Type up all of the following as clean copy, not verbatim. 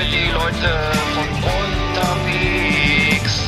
die Leute von unterwegs.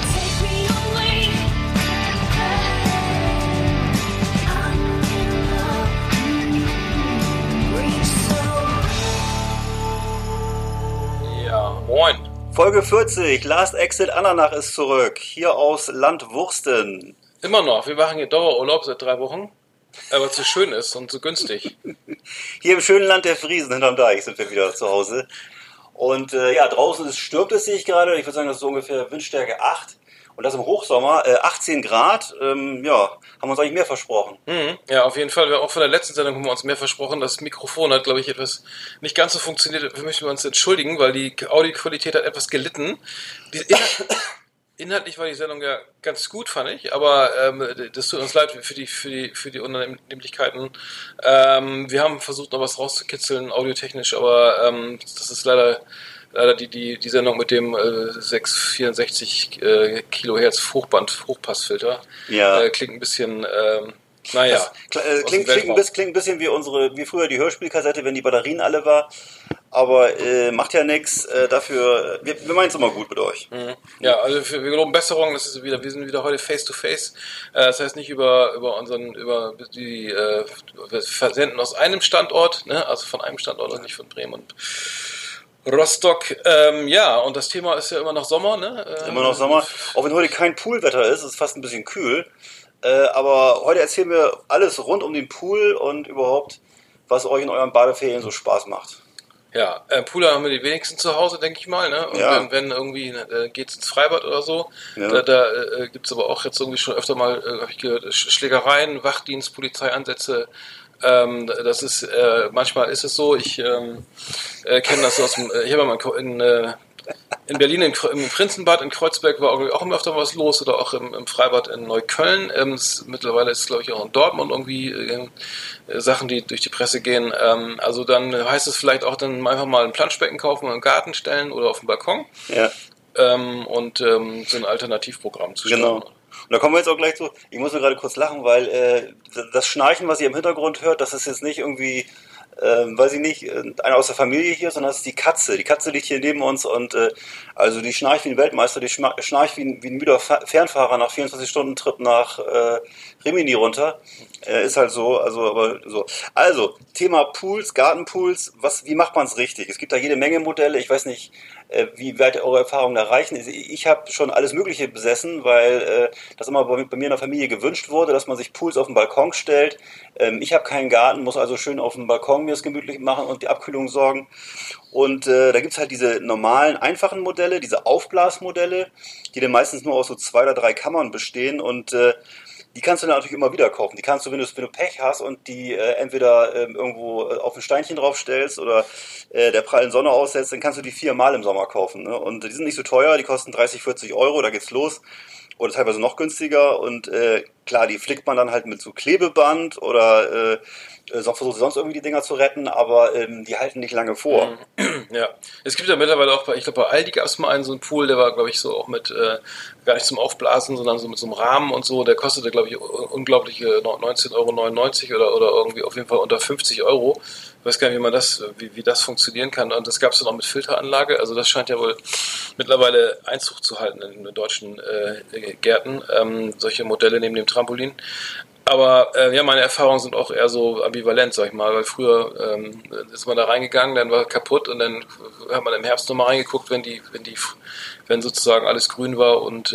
Ja, moin. Folge 40, Last Exit Ananach ist zurück, hier aus Land Wursten. Immer noch. Wir machen hier Dauerurlaub seit 3 Wochen, weil es so schön ist und so günstig. Hier im schönen Land der Friesen hinterm Deich sind wir wieder zu Hause. Und ja, draußen stürmt es, sehe ich gerade. Ich würde sagen, das ist so ungefähr Windstärke 8. Und das im Hochsommer, 18 Grad. Ja, haben wir uns eigentlich mehr versprochen. Ja, auf jeden Fall. Wir haben auch von der letzten Sendung haben wir uns mehr versprochen. Das Mikrofon hat, glaube ich, etwas nicht ganz so funktioniert. Dafür möchten wir uns entschuldigen, weil die Audioqualität hat etwas gelitten. Inhaltlich war die Sendung ja ganz gut, fand ich, aber das tut uns leid für die Unannehmlichkeiten. Wir haben versucht, noch was rauszukitzeln, audiotechnisch, aber das ist leider die Sendung mit dem 664 Kilohertz Hochpassfilter. Ja. Klingt ein bisschen, naja. Klingt ein bisschen wie früher die Hörspielkassette, wenn die Batterien alle war. Aber macht ja nichts. Dafür, wir meinen es immer gut mit euch. Ja, also wir geloben Besserung. Wir sind wieder heute face to face. Das heißt nicht wir versenden aus einem Standort, ne? Also von einem Standort und nicht von Bremen und Rostock. Ja, und das Thema ist ja immer noch Sommer, ne? Immer noch Sommer. Auch wenn heute kein Poolwetter ist, ist fast ein bisschen kühl. Aber heute erzählen wir alles rund um den Pool und überhaupt, was euch in euren Badeferien so Spaß macht. Ja, Pooler haben wir die wenigsten zu Hause, denke ich mal, ne? Und ja. wenn irgendwie geht's ins Freibad oder so, ja. da gibt's aber auch jetzt irgendwie schon öfter mal, habe ich gehört, Schlägereien, Wachdienst, Polizeieinsätze. Das ist manchmal ist es so. Ich kenne das aus dem. Ich habe mal in Berlin im Prinzenbad in Kreuzberg war auch immer öfter was los oder auch im Freibad in Neukölln. Mittlerweile ist es, glaube ich, auch in Dortmund irgendwie Sachen, die durch die Presse gehen. Also dann heißt es vielleicht auch dann einfach mal ein Planschbecken kaufen und im Garten stellen oder auf dem Balkon. Ja. Und so ein Alternativprogramm zu starten. Genau. Und da kommen wir jetzt auch gleich zu. Ich muss nur gerade kurz lachen, weil das Schnarchen, was ihr im Hintergrund hört, das ist jetzt nicht irgendwie, weiß ich nicht, einer aus der Familie hier, sondern das ist die Katze. Die Katze liegt hier neben uns und also die schnarcht wie ein Weltmeister, die schnarcht wie ein müder Fernfahrer nach 24-Stunden-Trip nach Rimini runter. Ist halt so, Also, Thema Pools, Gartenpools, wie macht man es richtig? Es gibt da jede Menge Modelle, ich weiß nicht, wie weit eure Erfahrungen da reichen. Ich habe schon alles Mögliche besessen, weil das immer bei mir in der Familie gewünscht wurde, dass man sich Pools auf den Balkon stellt. Ich habe keinen Garten, muss also schön auf dem Balkon mir es gemütlich machen und die Abkühlung sorgen. Und da gibt's halt diese normalen, einfachen Modelle, diese Aufblasmodelle, die dann meistens nur aus so 2 oder 3 Kammern bestehen und die kannst du dann natürlich immer wieder kaufen. Die kannst du, wenn du Pech hast und die entweder irgendwo auf ein Steinchen draufstellst oder der prallen Sonne aussetzt, dann kannst du die 4-mal im Sommer kaufen. Ne? Und die sind nicht so teuer, die kosten 30, 40 Euro, da geht's los. Oder teilweise noch günstiger. Und klar, die flickt man dann halt mit so Klebeband oder versucht sonst irgendwie die Dinger zu retten, aber die halten nicht lange vor. Ja, es gibt ja mittlerweile auch, ich glaube bei Aldi gab es mal einen so einen Pool, der war glaube ich so auch mit, gar nicht zum Aufblasen, sondern so mit so einem Rahmen und so, der kostete glaube ich unglaubliche 19,99 € oder irgendwie auf jeden Fall unter 50 Euro. Ich weiß gar nicht, wie das funktionieren kann. Und das gab es dann auch mit Filteranlage, also das scheint ja wohl mittlerweile Einzug zu halten in den deutschen Gärten, solche Modelle neben dem Trampolin. Aber ja, meine Erfahrungen sind auch eher so ambivalent, sag ich mal, weil früher ist man da reingegangen, dann war kaputt und dann hat man im Herbst nochmal reingeguckt, wenn sozusagen alles grün war und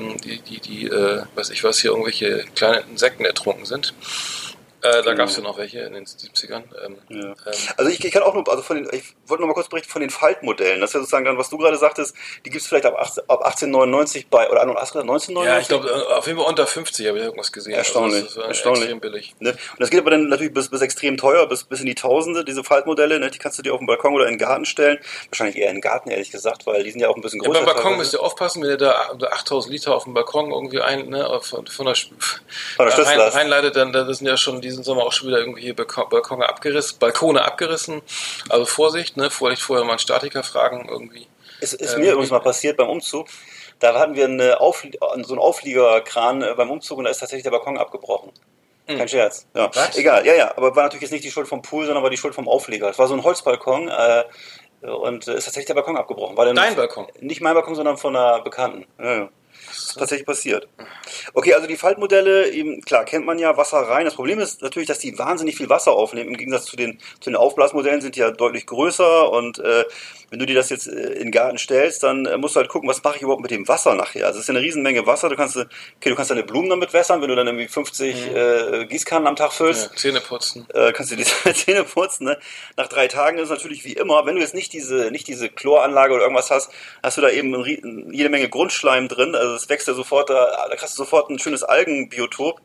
weiß ich was, hier irgendwelche kleinen Insekten ertrunken sind. Da gab es ja noch welche in den 70ern. Also ich kann auch nur, ich wollte noch mal kurz berichten von den Faltmodellen. Das ist ja sozusagen dann, was du gerade sagtest, die gibt es vielleicht ab 1899 oder 1999? Ja, ich glaube, auf jeden Fall unter 50 habe ich irgendwas gesehen. Erstaunlich. Also das war extrem billig. Ne? Und das geht aber dann natürlich bis extrem teuer, bis in die Tausende, diese Faltmodelle. Ne? Die kannst du dir auf den Balkon oder in den Garten stellen. Wahrscheinlich eher in den Garten, ehrlich gesagt, weil die sind ja auch ein bisschen größer. Ja, beim Balkon müsst ihr aufpassen, wenn ihr da 8000 Liter auf dem Balkon irgendwie von der reinleitet, dann das sind ja schon diesen Sommer auch schon wieder irgendwie hier Balkone abgerissen. Also Vorsicht, ne? Vielleicht vorher mal einen Statiker fragen irgendwie. Ist mir übrigens mal passiert beim Umzug. Da hatten wir so einen Aufliegerkran beim Umzug und da ist tatsächlich der Balkon abgebrochen. Kein Scherz. Ja. Was? Egal, ja. Aber war natürlich jetzt nicht die Schuld vom Pool, sondern war die Schuld vom Auflieger. Es war so ein Holzbalkon. und ist tatsächlich der Balkon abgebrochen. War Dein Balkon? Nicht mein Balkon, sondern von einer Bekannten. Ja. Das ist tatsächlich passiert. Okay, also die Faltmodelle, eben, klar, kennt man ja, Wasser rein. Das Problem ist natürlich, dass die wahnsinnig viel Wasser aufnehmen. Im Gegensatz zu den Aufblasmodellen sind die ja deutlich größer. Und wenn du dir das jetzt in den Garten stellst, dann musst du halt gucken, was mache ich überhaupt mit dem Wasser nachher. Also es ist ja eine Riesenmenge Wasser. Du kannst deine Blumen damit wässern, wenn du dann irgendwie 50 Gießkannen am Tag füllst. Ja, Zähne putzen. Kannst du die Zähne putzen. Ne? Nach 3 Tagen ist es natürlich wie immer, wenn du jetzt nicht diese Chloranlage oder irgendwas hast du da eben jede Menge Grundschleim drin. Also es wächst ja sofort, da kriegst du sofort ein schönes Algenbiotop.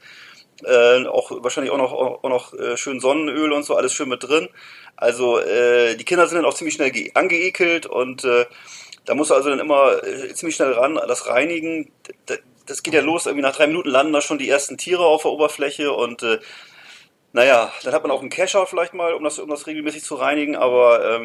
Auch wahrscheinlich auch noch schön Sonnenöl und so, alles schön mit drin. Also die Kinder sind dann auch ziemlich schnell angeekelt und da musst du also dann immer ziemlich schnell ran, das reinigen. Das geht ja los, irgendwie nach 3 Minuten landen da schon die ersten Tiere auf der Oberfläche und naja, dann hat man auch einen Kescher vielleicht mal, um das regelmäßig zu reinigen, aber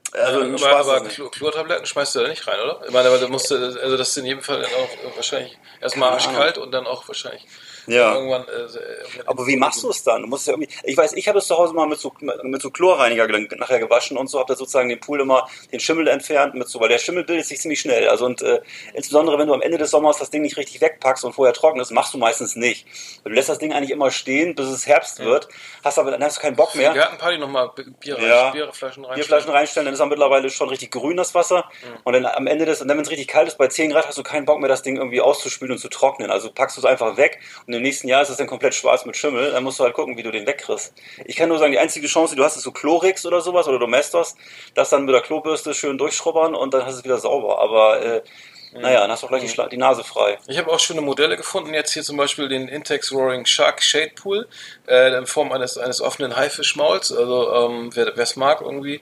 aber Chlortabletten schmeißt du da nicht rein, oder? Ich meine, aber also das ist in jedem Fall dann auch wahrscheinlich erstmal arschkalt und dann auch wahrscheinlich irgendwann. Aber wie machst du es dann? Du musst ja irgendwie. Ich weiß, ich habe es zu Hause mal mit so Chlorreiniger nachher gewaschen und so, habe da sozusagen den Pool immer den Schimmel entfernt weil der Schimmel bildet sich ziemlich schnell. Also und insbesondere wenn du am Ende des Sommers das Ding nicht richtig wegpackst und vorher trocken ist, machst du meistens nicht. Du lässt das Ding eigentlich immer stehen, bis es Herbst wird, dann hast du keinen Bock mehr. Für die Gartenparty nochmal Bierflaschen reinstellen. Bierflaschen reinstellen, dann ist er mittlerweile schon richtig grün, das Wasser. Und dann am Ende und dann, wenn es richtig kalt ist, bei 10 Grad, hast du keinen Bock mehr, das Ding irgendwie auszuspülen und zu trocknen. Also packst du es einfach weg und im nächsten Jahr ist es dann komplett schwarz mit Schimmel. Dann musst du halt gucken, wie du den wegkriegst. Ich kann nur sagen, die einzige Chance, die du hast, ist so Chlorix oder sowas oder Domestos. Das dann mit der Klobürste schön durchschrubbern und dann hast du es wieder sauber. Aber naja, dann hast du gleich die Nase frei. Ich habe auch schöne Modelle gefunden. Jetzt hier zum Beispiel den Intex Roaring Shark Shade Pool in Form eines offenen Haifischmauls. Also wer es mag irgendwie.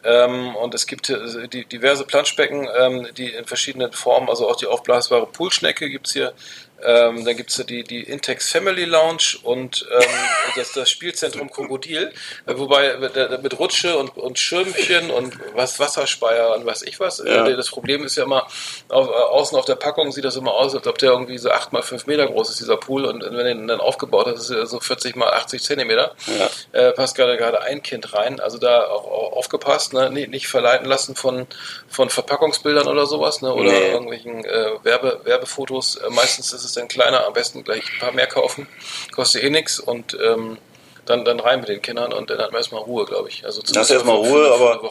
Und es gibt diverse Planschbecken, die in verschiedenen Formen, also auch die aufblasbare Poolschnecke gibt's hier. Dann gibt es die Intex Family Lounge und das Spielzentrum Krokodil, wobei mit Rutsche und Schirmchen und Wasserspeier und was ich was. Das Problem ist ja immer, außen auf der Packung sieht das immer aus, als ob der irgendwie so 8 mal 5 Meter groß ist, dieser Pool, und wenn er den dann aufgebaut hat, ist er so 40 mal 80 Zentimeter. Ja. Passt gerade ein Kind rein, also da auch aufgepasst, ne? Nicht verleiten lassen von Verpackungsbildern oder sowas, ne? Oder irgendwelchen Werbefotos. Meistens ist es dann kleiner, am besten gleich ein paar mehr kaufen, kostet eh nichts und dann rein mit den Kindern und dann hat man erstmal Ruhe, glaube ich. Also hast du erstmal Ruhe, aber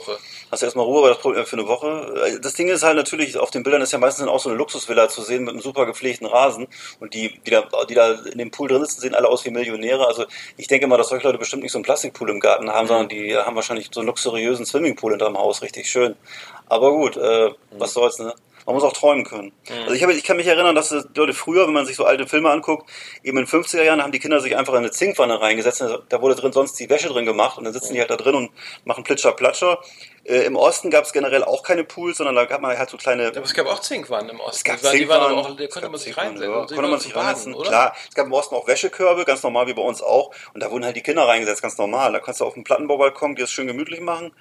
das Problem für eine Woche. Das Ding ist halt natürlich, auf den Bildern ist ja meistens auch so eine Luxusvilla zu sehen mit einem super gepflegten Rasen und die da in dem Pool drin sitzen, sehen alle aus wie Millionäre. Also ich denke mal, dass solche Leute bestimmt nicht so einen Plastikpool im Garten haben, sondern die haben wahrscheinlich so einen luxuriösen Swimmingpool hinterm Haus, richtig schön. Aber gut, was soll's, ne? Man muss auch träumen können. Also ich kann mich erinnern, dass Leute früher, wenn man sich so alte Filme anguckt, eben in den 50er Jahren haben die Kinder sich einfach in eine Zinkwanne reingesetzt, da wurde drin sonst die Wäsche drin gemacht und dann sitzen die halt da drin und machen Plitscher-Platscher. Im Osten gab es generell auch keine Pools, sondern da gab man halt so kleine... Aber es gab auch Zinkwannen im Osten. Es gab Zinkwannen. Da konnte man sich reinsetzen. Ja, konnte man sich reinsetzen, oder? Klar. Es gab im Osten auch Wäschekörbe, ganz normal wie bei uns auch. Und da wurden halt die Kinder reingesetzt, ganz normal. Da kannst du auf dem Plattenbaubalkon dir das schön gemütlich machen.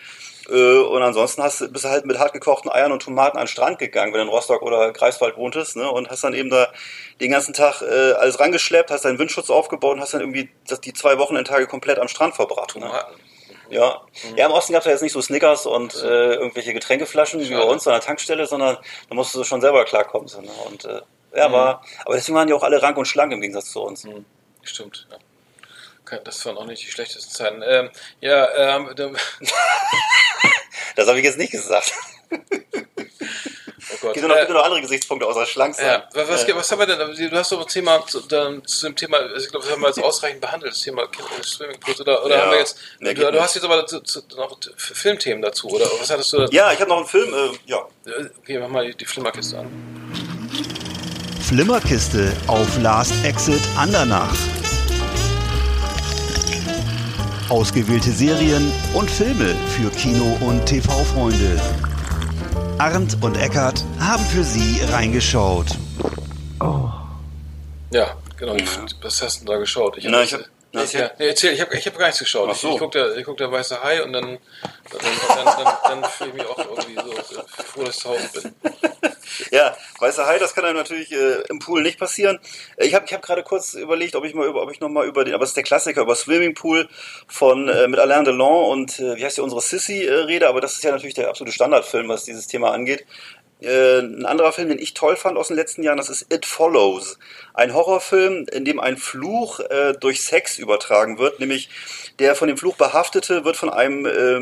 Und ansonsten bist du halt mit hart gekochten Eiern und Tomaten an den Strand gegangen, wenn du in Rostock oder Greifswald wohntest, ne? Und hast dann eben da den ganzen Tag alles rangeschleppt, hast deinen Windschutz aufgebaut und hast dann irgendwie die 2 Wochenendtage komplett am Strand verbracht. Tomaten. Ne? Ja. Ja, im Osten gab es ja jetzt nicht so Snickers und irgendwelche Getränkeflaschen wie bei uns an der Tankstelle, sondern da musst du schon selber klarkommen. So, ne? Und aber deswegen waren die auch alle rank und schlank im Gegensatz zu uns. Stimmt, ja. Das waren auch nicht die schlechtesten Zeiten. Das habe ich jetzt nicht gesagt. Oh Gott. Gibt es noch andere Gesichtspunkte außer schlank sein? Ja. Was haben wir denn? Du hast doch ein Thema zu dem Thema, ich glaube, das haben wir jetzt ausreichend behandelt, das Thema Swimmingpools, oder haben wir jetzt, du hast jetzt aber noch Filmthemen dazu, oder was hattest du da? Ja, ich habe noch einen Film, Okay, mach mal die Flimmerkiste an. Flimmerkiste auf Last Exit Andernach. Ausgewählte Serien und Filme für Kino- und TV-Freunde. Arndt und Eckart haben für Sie reingeschaut. Oh. Ja, genau. Was hast du denn da geschaut? Erzähl, ich hab gar nichts geschaut. So. Ich guck der Weiße Hai und dann fühle ich mich auch irgendwie so froh, dass ich zu Hause bin. Ja, Weißer Hai, das kann einem natürlich im Pool nicht passieren. Ich hab gerade kurz überlegt, ob ich nochmal über den, aber es ist der Klassiker, über Swimmingpool mit Alain Delon und wie heißt ja unsere Sissy rede, aber das ist ja natürlich der absolute Standardfilm, was dieses Thema angeht. Ein anderer Film, den ich toll fand aus den letzten Jahren, das ist It Follows. Ein Horrorfilm, in dem ein Fluch durch Sex übertragen wird, nämlich der von dem Fluch Behaftete wird von einem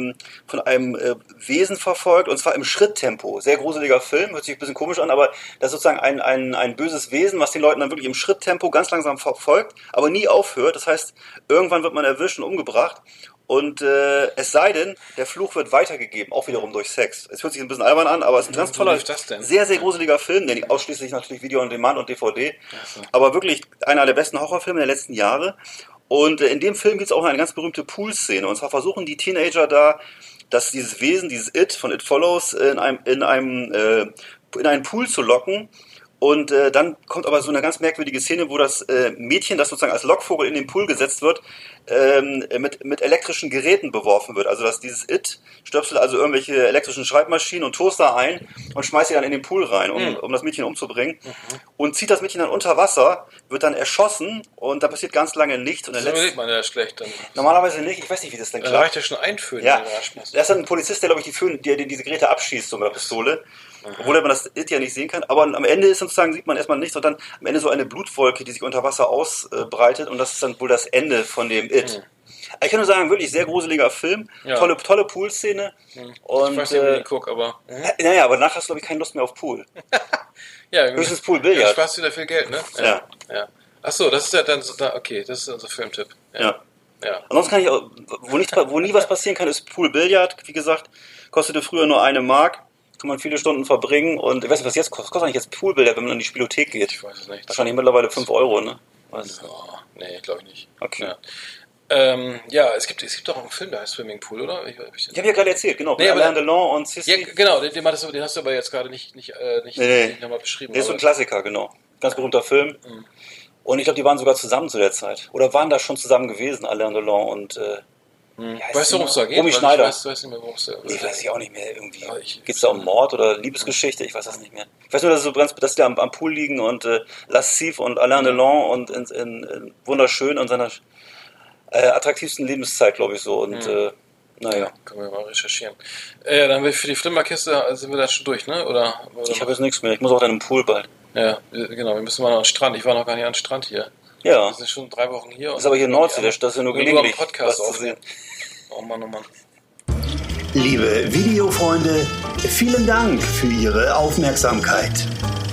Wesen verfolgt, und zwar im Schritttempo. Sehr gruseliger Film, hört sich ein bisschen komisch an, aber das ist sozusagen ein böses Wesen, was den Leuten dann wirklich im Schritttempo ganz langsam verfolgt, aber nie aufhört. Das heißt, irgendwann wird man erwischt und umgebracht. Und es sei denn, der Fluch wird weitergegeben, auch wiederum durch Sex. Es hört sich ein bisschen albern an, aber es ist ein ganz toller, sehr, sehr gruseliger Film, denn ausschließlich natürlich Video on Demand und DVD. Aber wirklich einer der besten Horrorfilme der letzten Jahre. Und in dem Film gibt es auch eine ganz berühmte Pool-Szene. Und zwar versuchen die Teenager da, dass dieses Wesen, dieses It von It Follows, in einen Pool zu locken. Und dann kommt aber so eine ganz merkwürdige Szene, wo das Mädchen, das sozusagen als Lockvogel in den Pool gesetzt wird, mit elektrischen Geräten beworfen wird. Also dass dieses It stöpselt also irgendwelche elektrischen Schreibmaschinen und Toaster ein und schmeißt sie dann in den Pool rein, um das Mädchen umzubringen. Und zieht das Mädchen dann unter Wasser, wird dann erschossen und da passiert ganz lange nichts. Und das überlegt man ja schlecht dann. Normalerweise nicht, ich weiß nicht, wie das dann klappt. Da reicht ja schon einführen. Ja, da ist dann ein Polizist, der, glaube ich, der diese Geräte abschießt so mit der Pistole. Obwohl man das It ja nicht sehen kann. Aber am Ende sozusagen sieht man erstmal nichts und dann am Ende so eine Blutwolke, die sich unter Wasser ausbreitet, und das ist dann wohl das Ende von dem It. Ich kann nur sagen, wirklich sehr gruseliger Film. Ja. Tolle Pool-Szene. Und, ich weiß nicht, wie ich gucke, aber... Naja, aber danach hast du, glaube ich, keine Lust mehr auf Pool. Ja, höchstens Pool-Billard. Ja, sparst wieder viel Geld, ne? Ja. Achso, das ist ja dann... Okay, das ist unser Filmtipp. Ja. Ansonsten kann ich auch... Wo nie was passieren kann, ist Pool-Billard. Wie gesagt, kostete früher nur 1 Mark. Kann man viele Stunden verbringen, und ich weiß nicht, was jetzt kostet. Kostet eigentlich jetzt Poolbilder, wenn man in die Spielothek geht? Ich weiß es nicht. Wahrscheinlich mittlerweile 5 Euro, ne? Nee, glaube ich nicht. Okay. Ja. Es gibt doch einen Film, der heißt Swimming Pool, oder? Ich habe ja gerade erzählt, genau. Nee, Alain Delon und Sissy. Ja, genau, den hast du aber jetzt gerade nicht nochmal beschrieben. Der ist so ein Klassiker, genau. Ganz berühmter Film. Und ich glaube, die waren sogar zusammen zu der Zeit. Oder waren da schon zusammen gewesen, Alain Delon und... Weißt du, worum es da geht? Romy Schneider. Ich weiß nicht mehr, worum es da geht. Ich weiß auch nicht mehr, irgendwie. Geht es da um Mord oder Liebesgeschichte? Ich weiß das nicht mehr. Ich weiß nur, dass die am Pool liegen und Lascive und Alain Delon und in wunderschön und seiner attraktivsten Lebenszeit, glaube ich, so. Und naja. Können wir mal recherchieren. Dann haben wir für die Flimmerkiste, sind wir da schon durch, ne? Oder ich habe jetzt nichts mehr. Ich muss auch dann im Pool bald. Ja, genau. Wir müssen mal noch an den Strand. Ich war noch gar nicht an den Strand hier. Ja. Wir sind schon 3 Wochen hier. Das ist aber hier Nordsee, das ist ja nur gelegentlich Podcast was zu sehen. Oh Mann. Liebe Videofreunde, vielen Dank für Ihre Aufmerksamkeit.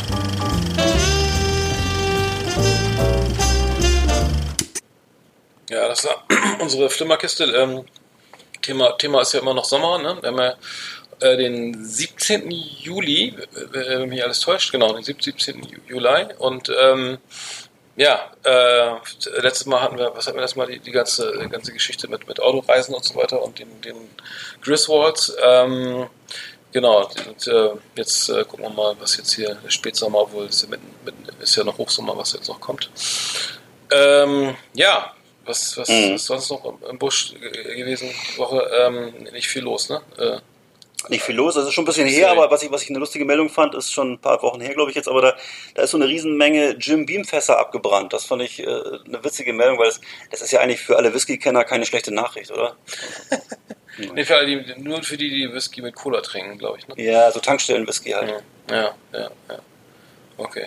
Ja, das war unsere Flimmerkiste. Thema ist ja immer noch Sommer, ne? Wir haben ja den 17. Juli, wenn mich alles täuscht, genau, den 17. Juli. Und letztes Mal hatten wir das mal, die ganze Geschichte mit Autoreisen und so weiter und den Griswolds. Genau, und jetzt gucken wir mal, was jetzt hier der Spätsommer, obwohl es ist ja noch Hochsommer, was jetzt noch kommt. Was ist sonst noch im Busch gewesen die Woche? Nicht viel los, ne? Nicht viel los, das ist schon ein bisschen her, aber was ich eine lustige Meldung fand, ist schon ein paar Wochen her, glaube ich jetzt, aber da ist so eine Riesenmenge Jim Beam Fässer abgebrannt. Das fand ich eine witzige Meldung, weil das ist ja eigentlich für alle Whisky-Kenner keine schlechte Nachricht, oder? Nee, für alle, nur für die Whisky mit Cola trinken, glaube ich, ne? Ja, so Tankstellen-Whisky halt. Ja. Okay.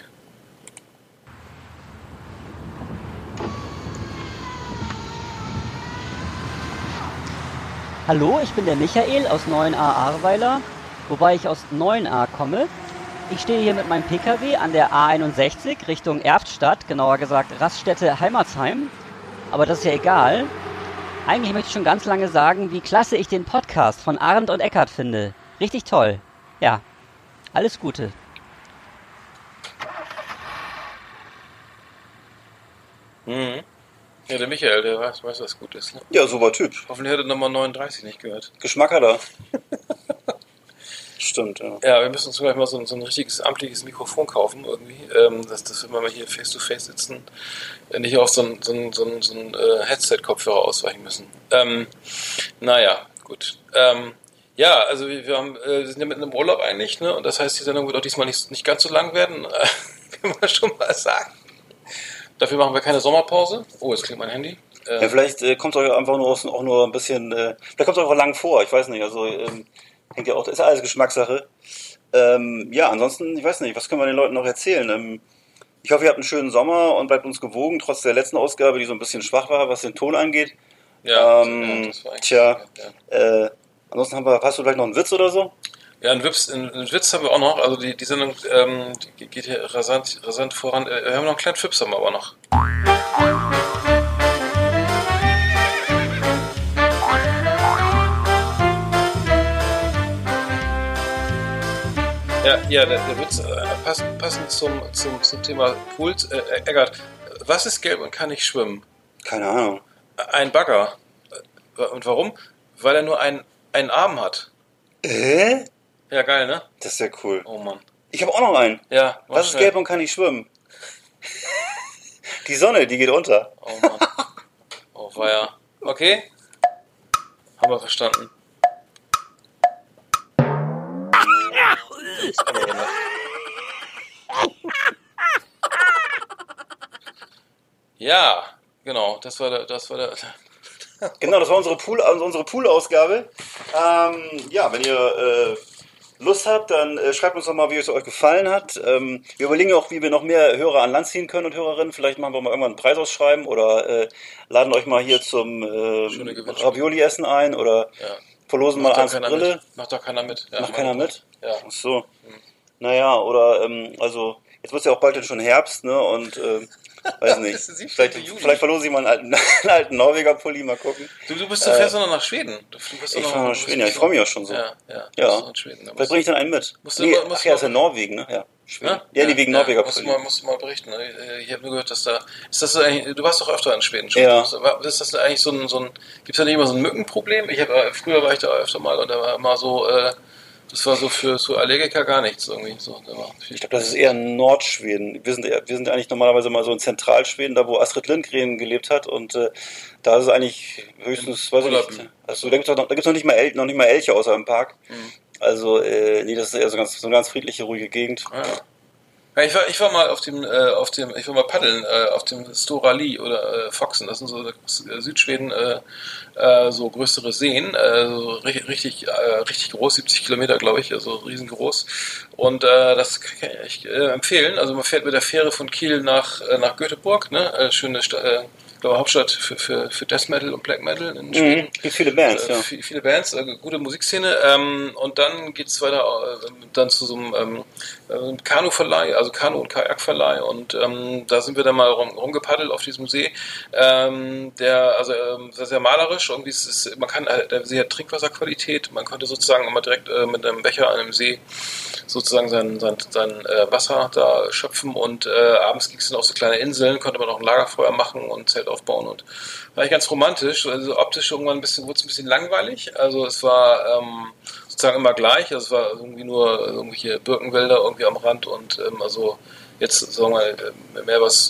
Hallo, ich bin der Michael aus 9a Ahrweiler, wobei ich aus 9a komme. Ich stehe hier mit meinem PKW an der A61 Richtung Erftstadt, genauer gesagt Raststätte Heimatsheim. Aber das ist ja egal. Eigentlich möchte ich schon ganz lange sagen, wie klasse ich den Podcast von Arndt und Eckart finde. Richtig toll. Ja, alles Gute. Ja, der Michael, der weiß, was gut ist. Ne? Ja, super Typ. Hoffentlich hat er Nummer 39 nicht gehört. Geschmack hat er. Stimmt, ja. Ja, wir müssen uns gleich mal so ein richtiges amtliches Mikrofon kaufen irgendwie, dass wenn wir mal hier face to face sitzen, nicht auf so ein Headset-Kopfhörer ausweichen müssen. Naja, gut. Ja, also wir sind ja mitten im Urlaub eigentlich, ne? Und das heißt, die Sendung wird auch diesmal nicht ganz so lang werden, kann man schon mal sagen. Dafür machen wir keine Sommerpause. Oh, jetzt klingt mein Handy. Ja, vielleicht kommt es euch einfach nur auch nur ein bisschen, vielleicht kommt es euch auch lang vor, ich weiß nicht, also hängt ja auch, ist ja alles Geschmackssache. Ja, ansonsten, ich weiß nicht, was können wir den Leuten noch erzählen? Ich hoffe, ihr habt einen schönen Sommer und bleibt uns gewogen, trotz der letzten Ausgabe, die so ein bisschen schwach war, was den Ton angeht. Ja, das war ansonsten hast du vielleicht noch einen Witz oder so? Ja, einen Witz haben wir auch noch. Also die Sendung die geht hier rasant voran. Wir haben noch einen kleinen Fips, haben wir aber noch. Ja, der Witz passend zum Thema Pools. Eggert, was ist gelb und kann nicht schwimmen? Keine Ahnung. Ein Bagger. Und warum? Weil er nur einen Arm hat. Ja, geil, ne? Das ist ja cool. Oh Mann. Ich habe auch noch einen. Ja, was ist gelb und kann nicht schwimmen? Die Sonne, die geht unter. Oh Mann. Oh, weia. Okay. Haben wir verstanden. Ja, genau. Das war der. Genau, das war unsere Pool-Ausgabe. Ja, wenn ihr Lust habt, dann schreibt uns doch mal, wie es euch gefallen hat. Wir überlegen auch, wie wir noch mehr Hörer an Land ziehen können und Hörerinnen. Vielleicht machen wir mal irgendwann einen Preis ausschreiben oder laden euch mal hier zum Ravioli-Essen ein oder verlosen mal Arns Brille. Macht doch keiner mit. Ja, macht keiner mit? Ja. Ach so. Naja, oder also jetzt wird es ja auch bald schon Herbst, ne? Und weiß nicht. Vielleicht verlose ich mal einen alten Norweger-Pulli, mal gucken. Du bist fährst doch noch nach Schweden. Ich fahre nach Schweden, ja, ich freue mich auch schon so. Ja. Vielleicht bringe ich dann einen mit. Ach ja, ist ja Norwegen, ne? Ja. Schweden. Ja, die wegen Norweger-Pulli. Musst du mal berichten. Ich habe nur gehört, dass da. Ist das eigentlich, du warst doch öfter in Schweden schon. Ja. Ist das eigentlich so ein gibt es da nicht immer so ein Mückenproblem? Früher war ich da öfter mal und da war immer so. Das war so für so Allergiker gar nichts irgendwie. So, ich glaube, das ist eher Nordschweden. Wir sind eigentlich normalerweise mal so in Zentralschweden, da wo Astrid Lindgren gelebt hat. Und da ist es eigentlich höchstens, weiß ich nicht. Also da gibt's noch nicht mal Elche außer im Park. Mhm. Also nee, das ist eher so eine ganz friedliche, ruhige Gegend. Ja. Ja, ich war mal ich war mal paddeln auf dem Stora Li oder Foxen, das sind so Südschweden so größere Seen, so richtig groß, 70 Kilometer glaube ich, also riesengroß. Und das kann ich empfehlen. Also man fährt mit der Fähre von Kiel nach Göteborg, ne, schöne Hauptstadt für Death Metal und Black Metal in Schweden. Gibt viele Bands, ja. Viele Bands, gute Musikszene. Und dann geht's weiter dann zu so einem Kanuverleih, also Kanu- und Kajakverleih. Und da sind wir dann mal rumgepaddelt auf diesem See. Der sehr malerisch. Irgendwie der See hat Trinkwasserqualität. Man konnte sozusagen immer direkt mit einem Becher an einem See sozusagen sein Wasser da schöpfen. Und abends ging es dann auf so kleine Inseln, konnte man auch ein Lagerfeuer machen und Zelt aufbauen und war eigentlich ganz romantisch. Also optisch irgendwann wurde es ein bisschen langweilig. Also es war sozusagen immer gleich. Also es war irgendwie nur irgendwelche Birkenwälder irgendwie am Rand und also jetzt sagen wir mal mehr was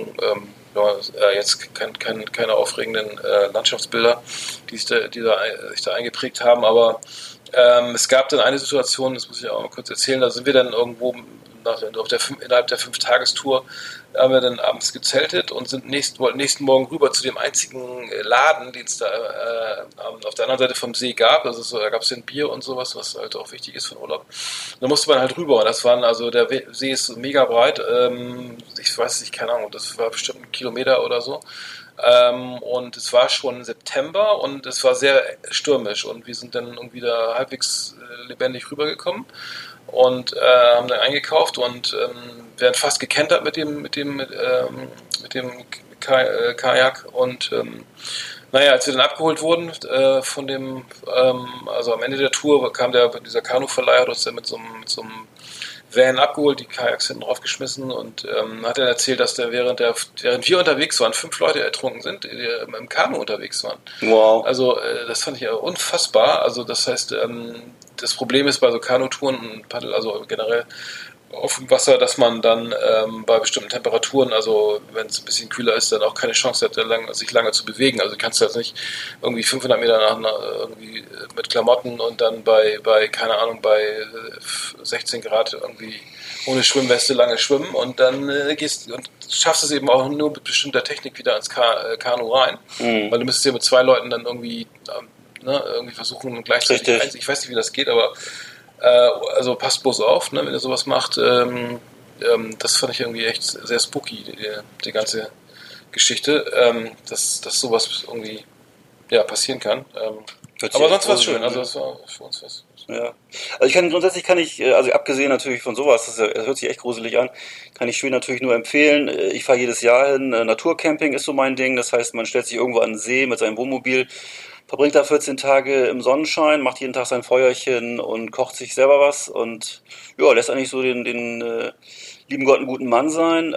jetzt keine aufregenden Landschaftsbilder, die sich da eingeprägt haben, aber es gab dann eine Situation, das muss ich auch mal kurz erzählen, da sind wir dann irgendwo innerhalb der 5-Tagestour haben wir dann abends gezeltet und wollten nächsten Morgen rüber zu dem einzigen Laden, den es da auf der anderen Seite vom See gab. Also da gab es dann Bier und sowas, was halt auch wichtig ist für den Urlaub. Da musste man halt rüber und der See ist mega breit. Ich weiß nicht, keine Ahnung, das war bestimmt 1 Kilometer oder so. Und es war schon September und es war sehr stürmisch und wir sind dann irgendwie da halbwegs lebendig rübergekommen und haben dann eingekauft und werden fast gekentert mit dem Kajak und als wir dann abgeholt wurden von dem, also am Ende der Tour kam dieser Kanuverleiher, hat uns dann mit so einem Van abgeholt, die Kajaks hinten draufgeschmissen und hat dann erzählt, dass während wir unterwegs waren, 5 Leute ertrunken sind, die im Kanu unterwegs waren. Wow. Also das fand ich ja unfassbar. Also das heißt, das Problem ist bei so Kanutouren und Paddel, also generell auf dem Wasser, dass man dann bei bestimmten Temperaturen, also wenn es ein bisschen kühler ist, dann auch keine Chance hat, sich lange zu bewegen. Also kannst du jetzt nicht irgendwie 500 Meter irgendwie mit Klamotten und dann bei keine Ahnung, bei 16 Grad irgendwie ohne Schwimmweste lange schwimmen und dann gehst und schaffst es eben auch nur mit bestimmter Technik wieder ins Kanu rein. Weil du müsstest ja mit 2 Leuten dann irgendwie irgendwie versuchen gleichzeitig ich weiß nicht, wie das geht, aber also passt bloß auf, ne, wenn ihr sowas macht. Das fand ich irgendwie echt sehr spooky, die ganze Geschichte, dass sowas irgendwie passieren kann. Aber sonst war es schön, also das war für uns was. Ja, also grundsätzlich kann ich, also abgesehen natürlich von sowas, das hört sich echt gruselig an, kann ich Schweden natürlich nur empfehlen. Ich fahre jedes Jahr hin, Naturcamping ist so mein Ding, das heißt, man stellt sich irgendwo an den See mit seinem Wohnmobil, verbringt da 14 Tage im Sonnenschein, macht jeden Tag sein Feuerchen und kocht sich selber was und ja, lässt eigentlich so den lieben Gott einen guten Mann sein.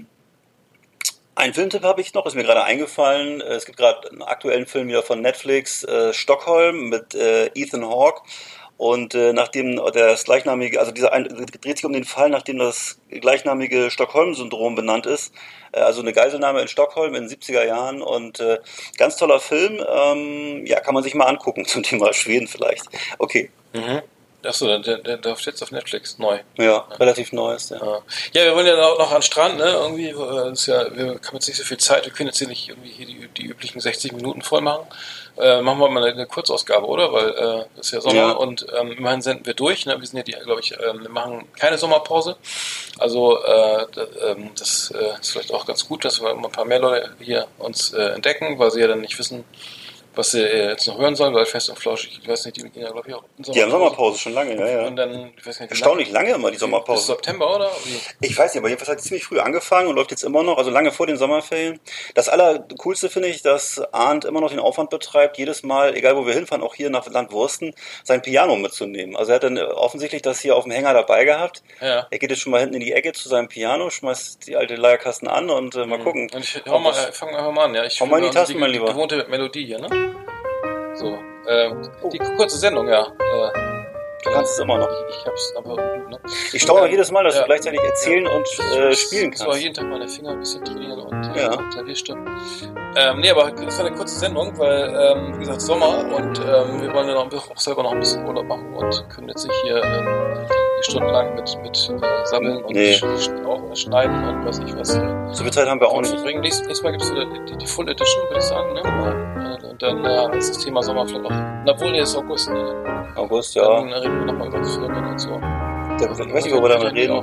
Einen Filmtipp habe ich noch, ist mir gerade eingefallen. Es gibt gerade einen aktuellen Film wieder von Netflix, Stockholm mit Ethan Hawke. Und nachdem das gleichnamige, also dreht sich um den Fall, nachdem das gleichnamige Stockholm-Syndrom benannt ist. Also eine Geiselnahme in Stockholm in den 70er Jahren und ganz toller Film. Kann man sich mal angucken zum Thema Schweden vielleicht. Okay. Mhm. Achso, der läuft jetzt auf Netflix, neu. Ja, relativ neu ist der. Ja, wir wollen ja noch an den Strand, ne? Irgendwie, wir haben jetzt nicht so viel Zeit, wir können jetzt hier nicht irgendwie die üblichen 60 Minuten voll machen. Machen wir mal eine Kurzausgabe, oder? Weil es ist ja Sommer und immerhin senden wir durch. Ne? Wir sind ja glaube ich, wir machen keine Sommerpause. Also das ist vielleicht auch ganz gut, dass wir ein paar mehr Leute hier uns entdecken, weil sie ja dann nicht wissen, was sie jetzt noch hören sollen, weil Fest und Flauschig, ich weiß nicht, die ja, glaube ich, auch die haben Sommerpause schon lange, ja. Und dann, ich weiß nicht, erstaunlich lange immer die Sommerpause. Bis September, oder? Ich weiß nicht, aber jedenfalls hat es ziemlich früh angefangen und läuft jetzt immer noch, also lange vor den Sommerferien. Das Allercoolste finde ich, dass Arndt immer noch den Aufwand betreibt, jedes Mal, egal wo wir hinfahren, auch hier nach Land Wursten, sein Piano mitzunehmen. Also er hat dann offensichtlich das hier auf dem Hänger dabei gehabt. Ja. Er geht jetzt schon mal hinten in die Ecke zu seinem Piano, schmeißt die alte Leierkasten an und mal gucken. Und ich fange einfach mal an, ja. Hau mal in die Tasten, mein Lieber. Die gewohnte Melodie hier, ne? So, die kurze Sendung, ja. Du kannst es immer noch. Ich hab's aber, ne? Ich staune gleichzeitig mal, dass du gleichzeitig erzählen und spielen kannst. So, jeden Tag meine Finger ein bisschen trainieren und Klavier stimmen. Nee, aber das war eine kurze Sendung, weil, wie gesagt, Sommer und wir wollen ja auch selber noch ein bisschen Urlaub machen und können jetzt nicht hier stundenlang mit sammeln und schneiden und weiß nicht was. So viel Zeit haben wir auch nicht. Nächstes Mal gibt es die Full Edition, würde ich sagen, ne? Und dann ist das Thema Sommer vielleicht noch. Obwohl, nee, ist August. Ne? August, ja. Dann reden wir nochmal über die Firmen und so. Ich weiß nicht, wo wir damit reden.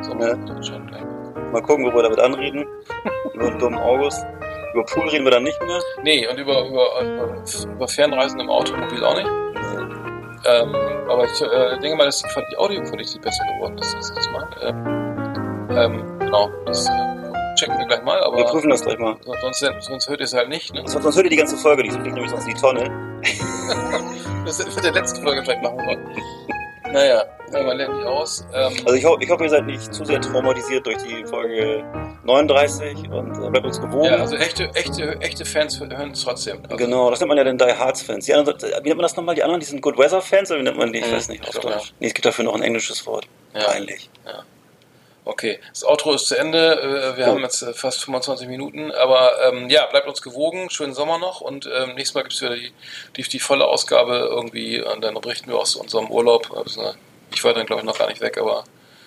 Mal gucken, wo wir damit anreden. Über den dummen August. Über Pool reden wir dann nicht mehr. Nee, und über Fernreisen im Automobil auch nicht. Aber ich denke mal, dass die Audioqualität besser geworden ist dieses Mal. Genau, das checken wir gleich mal. Aber wir prüfen das gleich mal. Sonst hört ihr es halt nicht. Ne? Sonst hört ihr die ganze Folge nicht, so fliegt nämlich sonst in die Tonne. Das wird der letzte Folge vielleicht machen sollen. Naja, man lernt nicht aus. Also ich hoffe, ihr seid nicht zu sehr traumatisiert durch die Folge 39 und bleibt uns gewogen. Ja, also echte Fans hören es trotzdem. Also genau, das nennt man ja den Die Hards Fans. Wie nennt man das nochmal? Die anderen, die sind Good Weather Fans oder wie nennt man die? Ich weiß nicht. Auf Deutsch. Nee, es gibt dafür noch ein englisches Wort. Ja. Peinlich. Ja. Okay, das Outro ist zu Ende. Wir haben jetzt fast 25 Minuten, aber bleibt uns gewogen. Schönen Sommer noch und nächstes Mal gibt es wieder die volle Ausgabe irgendwie und dann berichten wir aus unserem Urlaub. Also, ich war dann, glaube ich, noch gar nicht weg, aber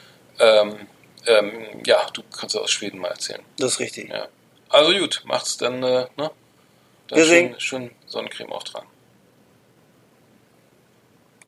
du kannst aus Schweden mal erzählen. Das ist richtig. Ja. Also gut, macht's dann, wir schön Sonnencreme auftragen.